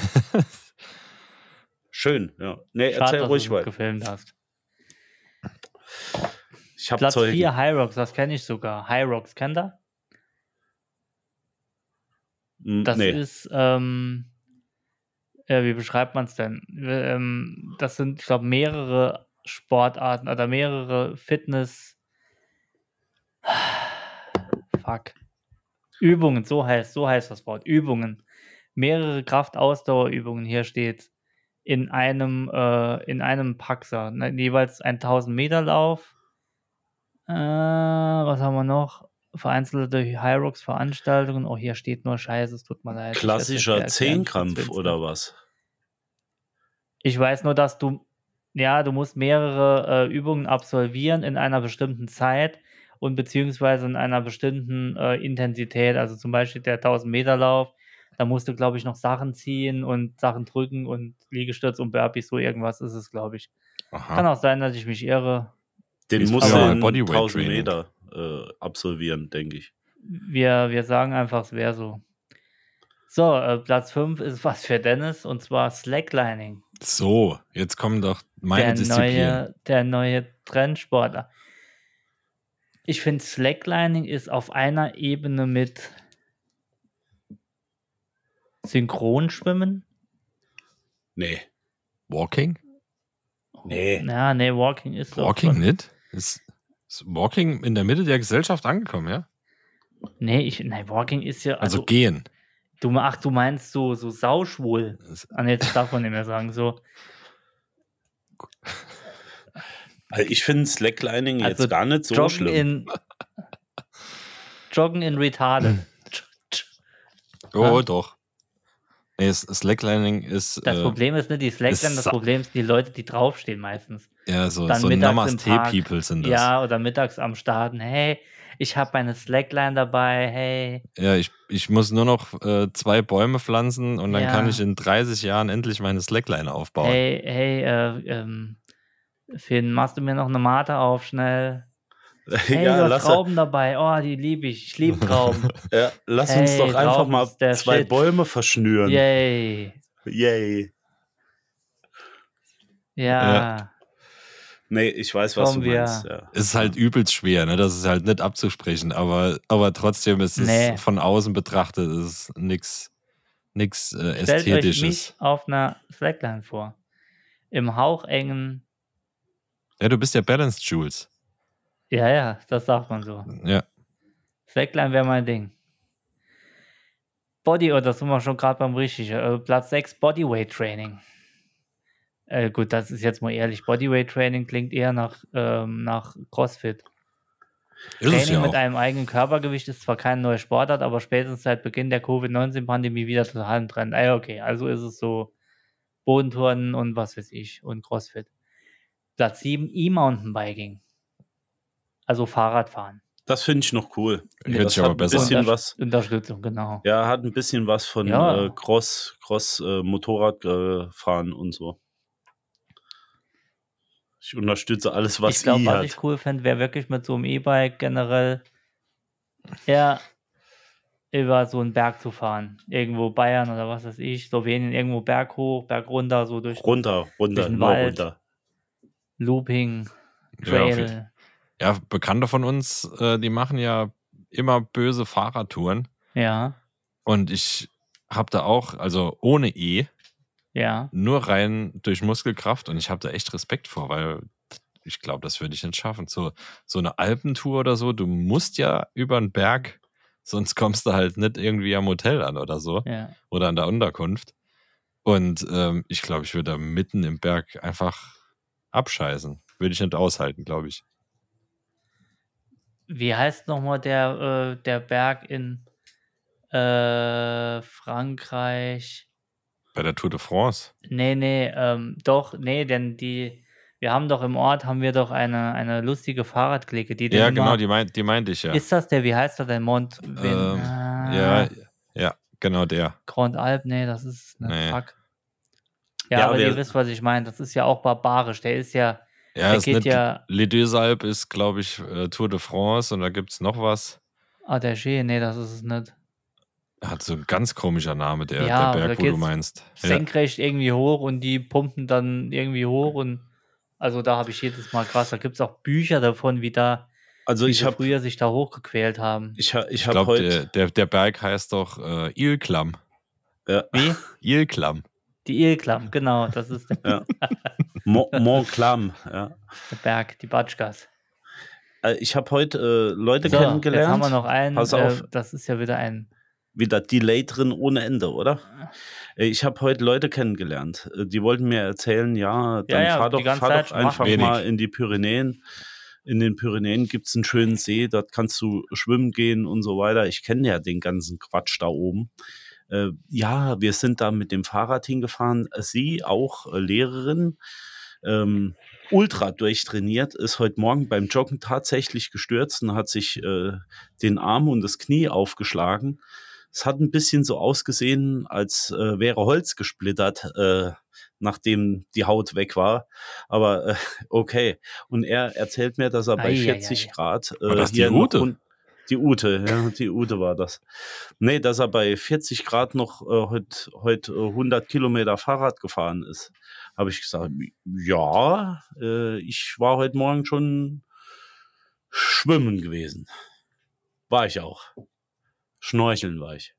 Schön, ja. Nee, Schade, erzähl dass ruhig du es weiter. gefilmt hast. Ich hab Platz Zeugen. vier High Rocks, das kenne ich sogar. High Rocks, kennt ihr? Hm, Das nee. ist, ähm, äh, wie beschreibt man es denn? Ähm, das sind, ich glaube, mehrere Sportarten oder mehrere Fitness. Fuck. Übungen, so heißt, so heißt das Wort. Übungen. Mehrere Kraft-Ausdauerübungen, hier steht in einem, äh, in einem Paxer. Ne, jeweils ein tausend Meter Lauf. Äh, was haben wir noch? Vereinzelte High Rocks Veranstaltungen. Oh, hier steht nur Scheiße, es tut mir leid. Ich werd's nicht Klassischer mehr erklären, Zehnkrampf sonst wird's oder nicht. was? Ich weiß nur, dass du, ja, du musst mehrere äh, Übungen absolvieren in einer bestimmten Zeit und beziehungsweise in einer bestimmten äh, Intensität. Also zum Beispiel der tausend Meter Lauf, da musst du, glaube ich, noch Sachen ziehen und Sachen drücken und Liegestütz und Burpees, so irgendwas ist es, glaube ich. Kann Aha. auch sein, dass ich mich irre. Den Ist muss früher er mal in Bodyweight tausend Training. Meter äh, absolvieren, denke ich. Wir, wir sagen einfach, es wäre so. So, äh, Platz fünf ist was für Dennis und zwar Slacklining. So, jetzt kommen doch meine der Disziplin. neue, der neue Trendsportler. Ich finde, Slacklining ist auf einer Ebene mit Synchronschwimmen. Nee. Walking? Nee. Ja, nee, Walking ist so. Walking nicht? Ist, ist Walking in der Mitte der Gesellschaft angekommen, ja? Nee, ich, nee, Walking ist ja. Also, Also, gehen. du, ach, du meinst so, so sauschwul. Das- Ah, nee, das darf man nicht mehr sagen. So, Also ich finde Slacklining Also jetzt gar nicht so Joggen schlimm. in. Joggen in Retarded. Oh, Ja? doch. Nee, S- Slacklining ist, Das äh, Problem ist nicht die Slackline, das sa- Problem sind die Leute, die draufstehen meistens. ja, so, Dann so mittags im Park, Namaste-People sind das. ja, oder mittags am Starten, hey, ich habe meine Slackline dabei, hey, Ja, ich, ich muss nur noch äh, zwei Bäume pflanzen und dann kann Ja. ich in dreißig Jahren endlich meine Slackline aufbauen. hey, hey, äh, ähm, Finn, machst du mir noch eine Mate auf, schnell? Hey, ja, du hast lass, Trauben dabei, oh, die liebe ich, ich liebe Trauben. ja, lass uns Hey, doch einfach Trauben mal ist der zwei Shit. Bäume verschnüren. Yay, Yay. ja, Nee, ich weiß, was Kommen du meinst. wir. Ja. Es ist halt übelst schwer, ne? Das ist halt nicht abzusprechen, aber, aber trotzdem ist es Nee. von außen betrachtet ist nix, nix äh, stellt euch Ästhetisches. mich auf einer Slackline vor, im hauchengen, Ja, du bist ja Balanced Jules. ja, ja, das sagt man so. Ja. Slackline wäre mein Ding. Body, oh, das sind wir schon gerade beim Richtigen. Äh, Platz sechs, Bodyweight Training. Äh, gut, das ist jetzt mal ehrlich. Bodyweight Training klingt eher nach, ähm, nach CrossFit. Ist es Training ja mit auch. einem eigenen Körpergewicht ist zwar keine neue Sportart, aber spätestens seit Beginn der Covid neunzehn Pandemie wieder total im Trend. Ah, ja, okay, also ist es so Bodenturnen und was weiß ich und CrossFit. Platz sieben, E-Mountainbiking. Also Fahrradfahren. Das finde ich noch cool. Hört Das sich aber hat ein besser an. bisschen Unter was. Unterstützung, genau. Ja, hat ein bisschen was von Ja. äh, Cross, Cross äh, Motorradfahren und so. Ich unterstütze alles, was ich glaube, I was hat. ich cool fände, wäre wirklich mit so einem E-Bike generell eher über so einen Berg zu fahren. Irgendwo Bayern oder was weiß ich, Slowenien, irgendwo Berg hoch, Berg runter, so durch Runter, runter, durch den nur Wald. runter. Looping, Ja, auf jeden- Trail. Ja, Bekannte von uns, äh, die machen ja immer böse Fahrradtouren. Ja, Und ich habe da auch, also ohne E, ja. nur rein durch Muskelkraft. Und ich habe da echt Respekt vor, weil ich glaube, das würde ich nicht schaffen. So, so eine Alpentour oder so, du musst ja über einen Berg, sonst kommst du halt nicht irgendwie am Hotel an oder so. Ja. Oder an der Unterkunft. Und ähm, ich glaube, ich würde da mitten im Berg einfach abscheißen. Würde ich nicht aushalten, glaube ich. Wie heißt nochmal der, äh, der Berg in äh, Frankreich? Bei der Tour de France. Nee, nee, ähm, doch, nee, denn die, wir haben doch im Ort, haben wir doch eine, eine lustige Fahrradklicke, die Ja, dann genau, immer, die, meint, die meinte ich ja. ist das der, wie heißt der, der Mont Vin, ähm, ah, ja, ja, genau der. Grand Alp, nee, das ist eine Nee. Fuck. Ja, Ja, aber wer- ihr wisst, was ich meine, das ist ja auch barbarisch, der ist ja, Ja, der ist geht nicht, ja, Les Deux Alpes ist, glaube ich, äh, Tour de France und da gibt es noch was. ah, der Ski, nee, das ist es nicht. Hat so ein ganz komischer Name, der, Ja, der da Berg, wo du geht's meinst. Ja. Senkrecht irgendwie hoch und die pumpen dann irgendwie hoch und also da habe ich jedes Mal krass, da gibt es auch Bücher davon, wie da, Also wie ich sie habe früher sich da hochgequält haben. ich, ha- ich Ich hab glaube, der, heute. der, der Berg heißt doch äh, Ilklam. Ja, Wie? Ilklam. Die Ilklam, genau, das ist der, ja. Mo- Mont Clam. Ja. der Berg, die Batschkas. Äh, Ich habe heute äh, Leute So, kennengelernt. jetzt haben wir noch einen, Pass äh, auf. das ist ja wieder ein, Wieder Delay drin ohne Ende, oder? Äh, Ich habe heute Leute kennengelernt. Äh, Die wollten mir erzählen, ja, dann ja, fahr die doch, ganze fahr Zeit doch schon einfach machen. mal Wenig. in die Pyrenäen. In den Pyrenäen gibt es einen schönen See, dort kannst du schwimmen gehen und so weiter. Ich kenne ja den ganzen Quatsch da oben. Äh, ja, wir sind da mit dem Fahrrad hingefahren. Sie, auch äh, Lehrerin, ähm, ultra durchtrainiert, ist heute Morgen beim Joggen tatsächlich gestürzt und hat sich äh, den Arm und das Knie aufgeschlagen. Es hat ein bisschen so ausgesehen, als äh, wäre Holz gesplittert, äh, nachdem die Haut weg war. Aber äh, okay. Und er erzählt mir, dass er bei Ei, ei, vierzig ei. Grad äh, War das die hier noch Ute? rund- Die Ute, ja, die Ute war das. Nee, dass er bei vierzig Grad noch äh, heute heut, äh, hundert Kilometer Fahrrad gefahren ist. Habe ich gesagt, ja, äh, ich war heute Morgen schon schwimmen gewesen. War ich auch. Schnorcheln war ich.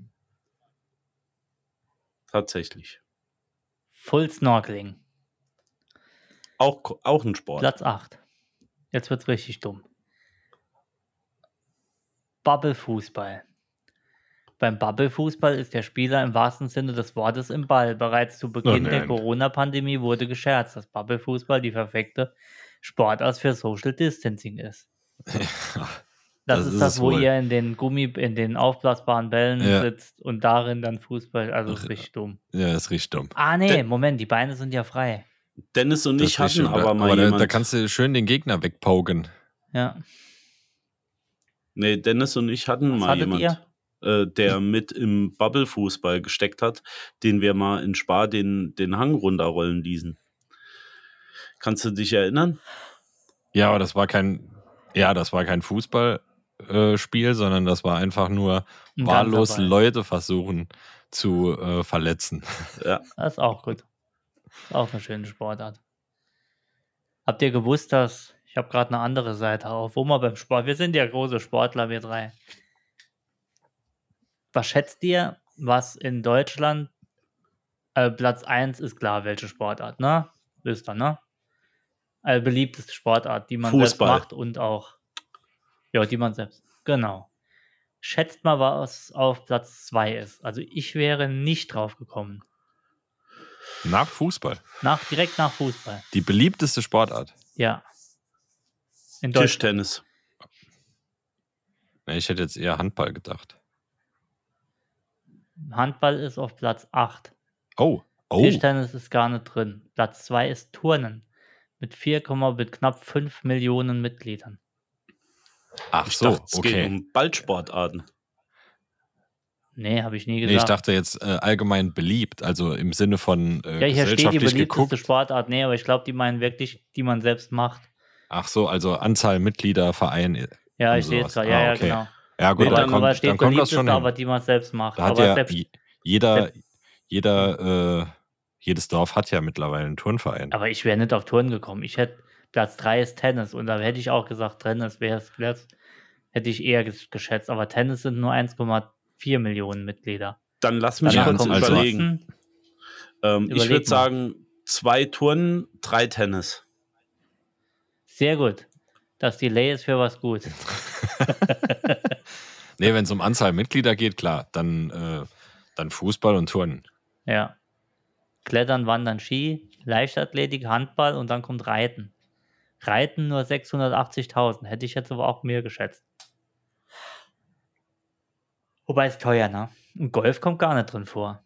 Tatsächlich. Full Snorkeling, Auch, auch ein Sport. Platz acht. Jetzt wird's richtig dumm. Bubble-Fußball. Beim Bubble-Fußball ist der Spieler im wahrsten Sinne des Wortes im Ball. Bereits zu Beginn der nein. Corona-Pandemie wurde gescherzt, dass Bubble-Fußball die perfekte Sportart für Social Distancing ist. Das, Das ist ist das, es wo wohl. ihr in den Gummi, in den aufblasbaren Bällen Ja. sitzt und darin dann Fußball. Also ist richtig dumm. Ja, ist richtig dumm. Ah, nee, De- Moment, die Beine sind ja frei. Dennis und Das ich ist richtig hatten dumm. aber Da, mal aber da, jemand. da kannst du schön den Gegner wegpoken. Ja. Nee, Dennis und ich hatten Was mal hattet jemand, äh, der mit im Bubble-Fußball gesteckt hat, den wir mal in Spa den, den Hang runterrollen ließen. Kannst du dich erinnern? Ja, aber das war kein, ja, das war kein Fußballspiel, sondern das war einfach nur Ein wahllos ganzer Ball. Leute versuchen zu äh, verletzen. Ja. Das ist auch gut. Ist auch eine schöne Sportart. Habt ihr gewusst, dass, ich habe gerade eine andere Seite auf, wo man beim Sport, wir sind ja große Sportler, wir drei. Was schätzt ihr, was in Deutschland, äh, Platz eins ist klar, welche Sportart, ne? Wisst ihr, ne? Also beliebteste Sportart, die man selbst Fußball. macht und auch, ja, die man selbst, genau. Schätzt mal, was auf Platz zwei ist. Also ich wäre nicht drauf gekommen. Nach Fußball. Nach, direkt nach Fußball. Die beliebteste Sportart. Ja. In Deutschland. Tischtennis. Ja, ich hätte jetzt eher Handball gedacht. Handball ist auf Platz acht. Oh, oh. Tischtennis ist gar nicht drin. Platz zwei ist Turnen. Mit vier, mit knapp fünf Millionen Mitgliedern. Ach Ich so, dachte, es geht okay. um Ballsportarten. Nee, habe ich nie Nee, gesagt. ich dachte jetzt äh, allgemein beliebt, also im Sinne von äh, ja, hier steht die gesellschaftlich beliebteste geguckt. Sportart. Nee, aber ich glaube, die meinen wirklich, die man selbst macht. Ach so, also Anzahl Mitglieder, Verein. Ja, und ich sehe es sowas. gerade. Ja, Ah, ja, okay. genau. Ja gut, Nee, aber, dann, dann- kommt, aber steht dann kommt das beliebteste, schon hin. aber die man selbst macht. Da hat aber ja selbst, je- jeder, selbst- jeder, äh, jedes Dorf hat ja mittlerweile einen Turnverein. aber ich wäre nicht auf Turnen gekommen. Ich hätte, Platz drei ist Tennis und da hätte ich auch gesagt, Tennis wäre es, hätte ich eher ges- geschätzt. Aber Tennis sind nur eins Komma vier Millionen Mitglieder. Dann lass mich Ja, kurz kommt also- überlegen. Ähm, ich Überleg würde mal. sagen, zwei Turnen, drei Tennis. Sehr gut. Das Delay ist für was gut. Nee, wenn es um Anzahl Mitglieder geht, klar, dann, äh, dann Fußball und Turnen. Ja. Klettern, Wandern, Ski, Leichtathletik, Handball und dann kommt Reiten. Reiten nur sechshundertachtzigtausend. Hätte ich jetzt aber auch mehr geschätzt. Wobei es teuer, ne? Und Golf kommt gar nicht drin vor.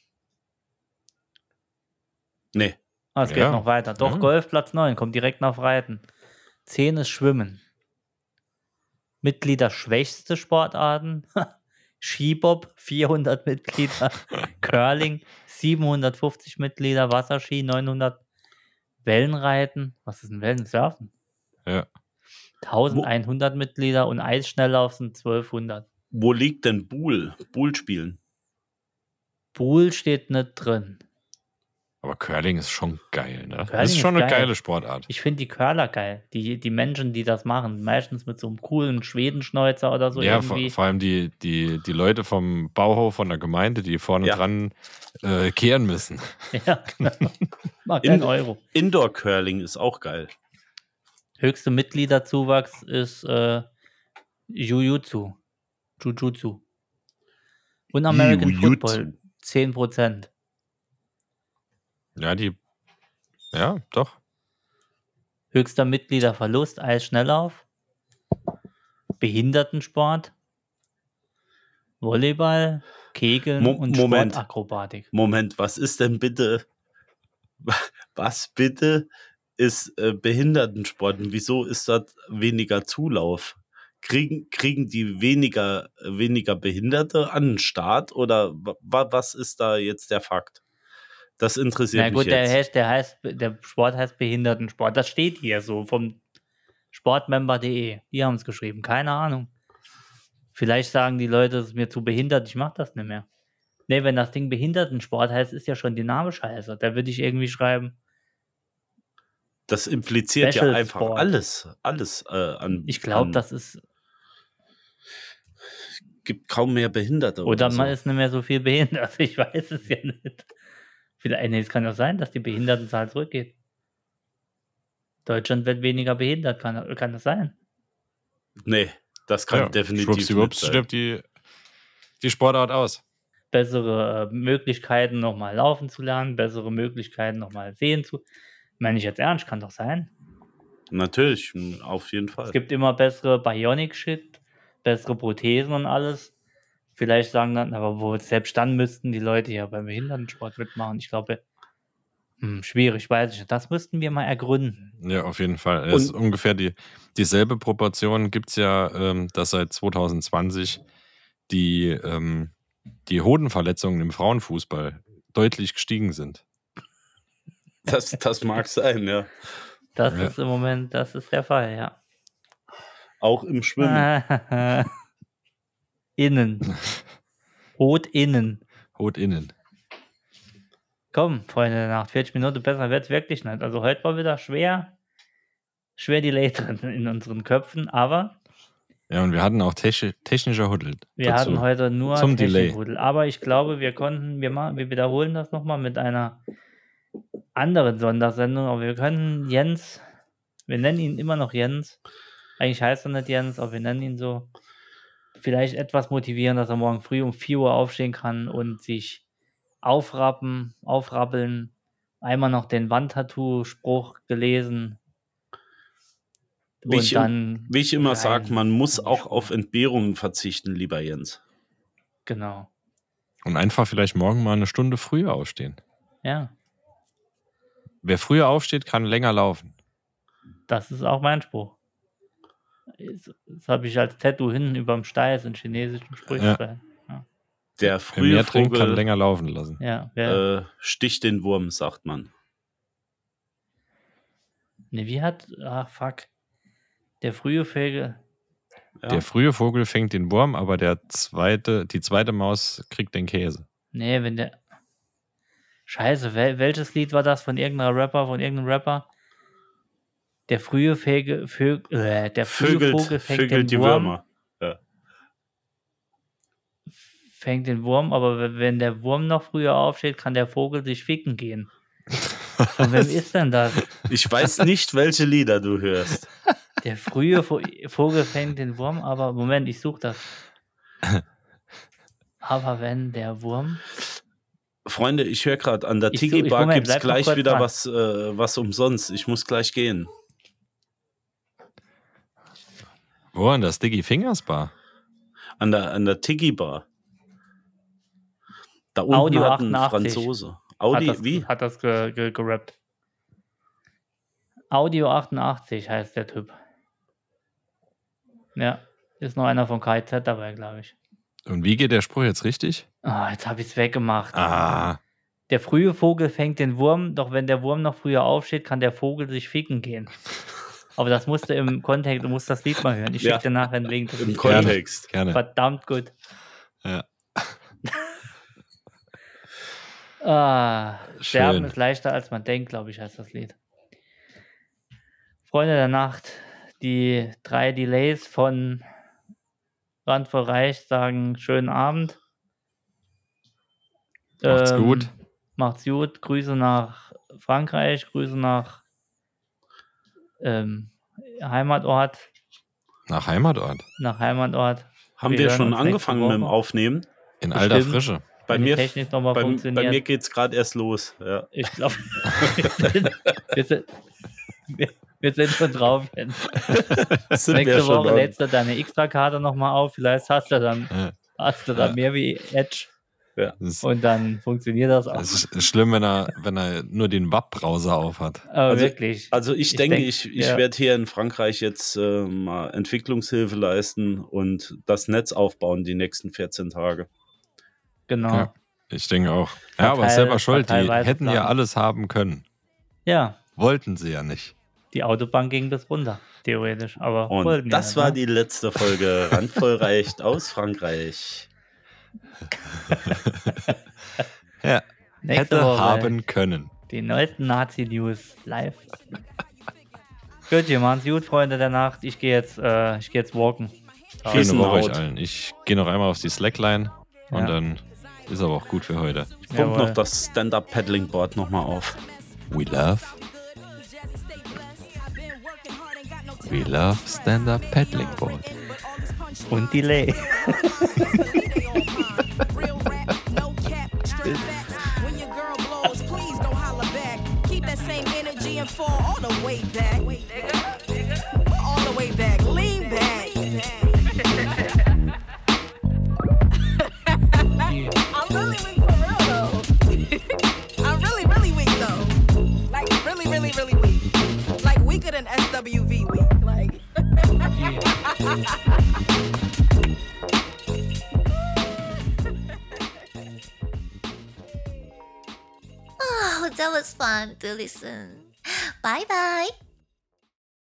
Nee. Ah, es geht Ja. noch weiter. Doch, Ja. Golf Platz neun, kommt direkt nach Reiten. zehn ist Schwimmen. Mitglieder schwächste Sportarten. Skibob, vierhundert Mitglieder. Curling, siebenhundertfünfzig Mitglieder. Wasserski, neunhundert. Wellenreiten. Was ist ein Wellensurfen? Ja. eintausendeinhundert Mitglieder und Eisschnelllauf sind zwölfhundert. Wo liegt denn Buhl? Buhl spielen. Pool steht nicht drin. Aber Curling ist schon geil, ne? Curling das ist ist schon eine geil. geile Sportart. Ich finde die Curler geil. Die, die Menschen, die das machen. Meistens mit so einem coolen Schwedenschnäuzer oder so ja, vor, irgendwie. vor allem die, die, die Leute vom Bauhof von der Gemeinde, die vorne Ja. dran äh, kehren müssen. Ja, mal In- kein Euro. Indoor Curling ist auch geil. Höchste Mitgliederzuwachs ist äh, Jujutsu. Jujutsu. Und American Jujutsu. Football. zehn Prozent. Ja, die. Ja, doch. Höchster Mitgliederverlust, Eisschnelllauf. Behindertensport. Volleyball, Kegeln Mo- und Moment. Sportakrobatik. Moment, was ist denn bitte, was bitte ist äh, Behindertensport? Und wieso ist das weniger Zulauf? Kriegen, kriegen die weniger, weniger Behinderte an den Start oder wa, was ist da jetzt der Fakt? Das interessiert Na mich gut, der jetzt. heißt, der heißt, der Sport heißt Behindertensport. Das steht hier so vom sportmember punkt de. Die haben es geschrieben. Keine Ahnung. Vielleicht sagen die Leute, es ist mir zu behindert, ich mach das nicht mehr. Nee, wenn das Ding Behindertensport heißt, ist ja schon die Name scheiße. Da würde ich irgendwie schreiben, Das impliziert Special ja einfach Sport. alles, alles äh, an. ich glaube, an, das ist, gibt kaum mehr Behinderte. oder Oder, man so. ist nicht mehr so viel behindert. Ich weiß es ja nicht. Vielleicht, nee, es kann doch sein, dass die Behindertenzahl zurückgeht. Deutschland wird weniger behindert, kann, kann das sein? Nee, das kann ja, definitiv nicht schwuppsdiwupps sein. stirbt die, die Sportart aus. Bessere äh, Möglichkeiten, nochmal laufen zu lernen, bessere Möglichkeiten, nochmal sehen zu. Meine ich jetzt ernst, kann doch sein. Natürlich, auf jeden Fall. Es gibt immer bessere Bionic-Shit, bessere Prothesen und alles. Vielleicht sagen dann, aber wo selbst dann müssten die Leute ja beim Behindertensport mitmachen. Ich glaube, hm, schwierig, weiß ich nicht. Das müssten wir mal ergründen. Ja, auf jeden Fall. Es ist ungefähr die, dieselbe Proportion gibt es ja, ähm, dass seit zwanzig zwanzig die, ähm, die Hodenverletzungen im Frauenfußball deutlich gestiegen sind. Das, das mag sein, ja. Das Ja. ist im Moment, das ist der Fall, ja. Auch im Schwimmen. Innen. Hot innen. Hot innen. Komm, Freunde der Nacht, vierzig Minuten besser wird es wirklich nicht. Also heute war wieder schwer, schwer Delay drin in unseren Köpfen, aber Ja, und wir hatten auch techni- technische Huddel. wir dazu. hatten heute nur Zum Delay. Technikhudel. Aber ich glaube, wir konnten, wir, machen, wir wiederholen das nochmal mit einer anderen Sondersendung. Aber wir können Jens, wir nennen ihn immer noch Jens. Eigentlich heißt er nicht Jens, aber wir nennen ihn so. Vielleicht etwas motivieren, dass er morgen früh um vier Uhr aufstehen kann und sich aufrappen, aufrappeln. Einmal noch den Wandtattoo-Spruch gelesen. Wie Und ich, dann wie ich immer rein sage, man muss in die auch Schule. auf Entbehrungen verzichten, lieber Jens. Genau. Und einfach vielleicht morgen mal eine Stunde früher aufstehen. Ja, Wer früher aufsteht, kann länger laufen. das ist auch mein Spruch. Das, das habe ich als Tattoo hinten überm Steiß in chinesischen Sprüchen. Ja. Ja, ja. Der Wer frühe mehr trinkt, kann Vogel länger laufen lassen. ja wer, äh, sticht den Wurm, sagt man. ne, wie hat, ach fuck, der frühe Vogel, Ja. Der frühe Vogel fängt den Wurm, aber der zweite, die zweite Maus kriegt den Käse. nee, wenn der, scheiße, wel, welches Lied war das von irgendeiner Rapper, von irgendeinem Rapper? Der frühe Vögel, Vögel, äh, der frühe Vögelt, Vogel fängt vögelt den die Wurm, Würmer. Ja. fängt den Wurm, aber w- wenn der Wurm noch früher aufsteht, kann der Vogel sich ficken gehen. Von wem ist denn das? Ich weiß nicht, welche Lieder du hörst. Der frühe Vo Vogel fängt den Wurm, aber Moment, ich suche das. Aber wenn der Wurm. Freunde, ich höre gerade, an der Ich tu- ich- Tiki-Bar Moment, gibt es bleib noch gleich kurz wieder dran. was, äh, was umsonst. Ich muss gleich gehen. Wo? In der Sticky Fingers Bar? An der, an der Tiki-Bar. Da unten Audio hat ein achtundachtzig. Franzose. Audi, hat das, wie? Hat das ge ge gerappt. Audio achtundachtzig heißt der Typ. Ja, ist noch einer von K Z dabei, glaube ich. Und wie geht der Spruch jetzt richtig? Ah, jetzt habe ich es weggemacht. Ah, Der frühe Vogel fängt den Wurm, doch wenn der Wurm noch früher aufsteht, kann der Vogel sich ficken gehen. Aber das musst du im Kontext, du musst das Lied mal hören. Ich schicke Ja. dir nachher einen Link. Das Im ist Kontext. gerne. verdammt gut. Ja. Ah, Sterben Schön. ist leichter als man denkt, glaube ich, heißt das Lied. Freunde der Nacht, die drei Delays von Randvoll Reich sagen schönen Abend. Macht's Ähm, gut. Macht's gut. Grüße nach Frankreich, Grüße nach ähm, Heimatort, Nach Heimatort. nach Heimatort. Haben Wir wir, hören schon uns nächste angefangen mit dem Woche. Aufnehmen? In alter Bestimmt. Frische. Bei Wenn die mir, Technik noch mal bei, funktioniert. bei mir geht es gerade erst los. Ja. Ich glaube, wir, sind- wir, sind- wir, wir sind schon drauf. Jens. Sind wir Nächste schon Woche dran. lädst du deine Extra-Karte nochmal auf. Vielleicht hast du dann, Ja. hast du dann Ja. mehr wie Edge Das ist, und dann funktioniert das auch. es ist schlimm, wenn er, wenn er nur den W A P-Browser aufhat. Aber Also- wirklich. Also ich, Ich denke, denk, ich, ich ja. werde hier in Frankreich jetzt äh, mal Entwicklungshilfe leisten und das Netz aufbauen die nächsten vierzehn Tage. Genau. Ja. Ja. Ich denke auch. Ja, aber Verteil- selber schuld. Die verteilweise hätten ja Plan. alles haben können. Wollten sie ja nicht. die Autobahn ging bis runter, theoretisch. Aber Und wollten das ja, war ne? die letzte Folge Randvoll reicht aus Frankreich. Ja, Nächste hätte Woche haben können. die neuesten Nazi-News live. Gut, ihr machen's gut, Freunde der Nacht. Ich gehe jetzt, äh, ich gehe jetzt walken. Schöne Peace Woche euch out. allen. Ich gehe noch einmal auf die Slackline und Ja. dann ist aber auch gut für heute. Ich pump Jawohl. noch das Stand-Up-Paddling-Board nochmal auf. We love. We love stand-up paddling board. Und Delay. Real rap, no cap, straight facts. When your girl blows, please don't holler back. Keep that same energy and fall all the way back. All the way back, lean back. that was fun to listen. Bye bye.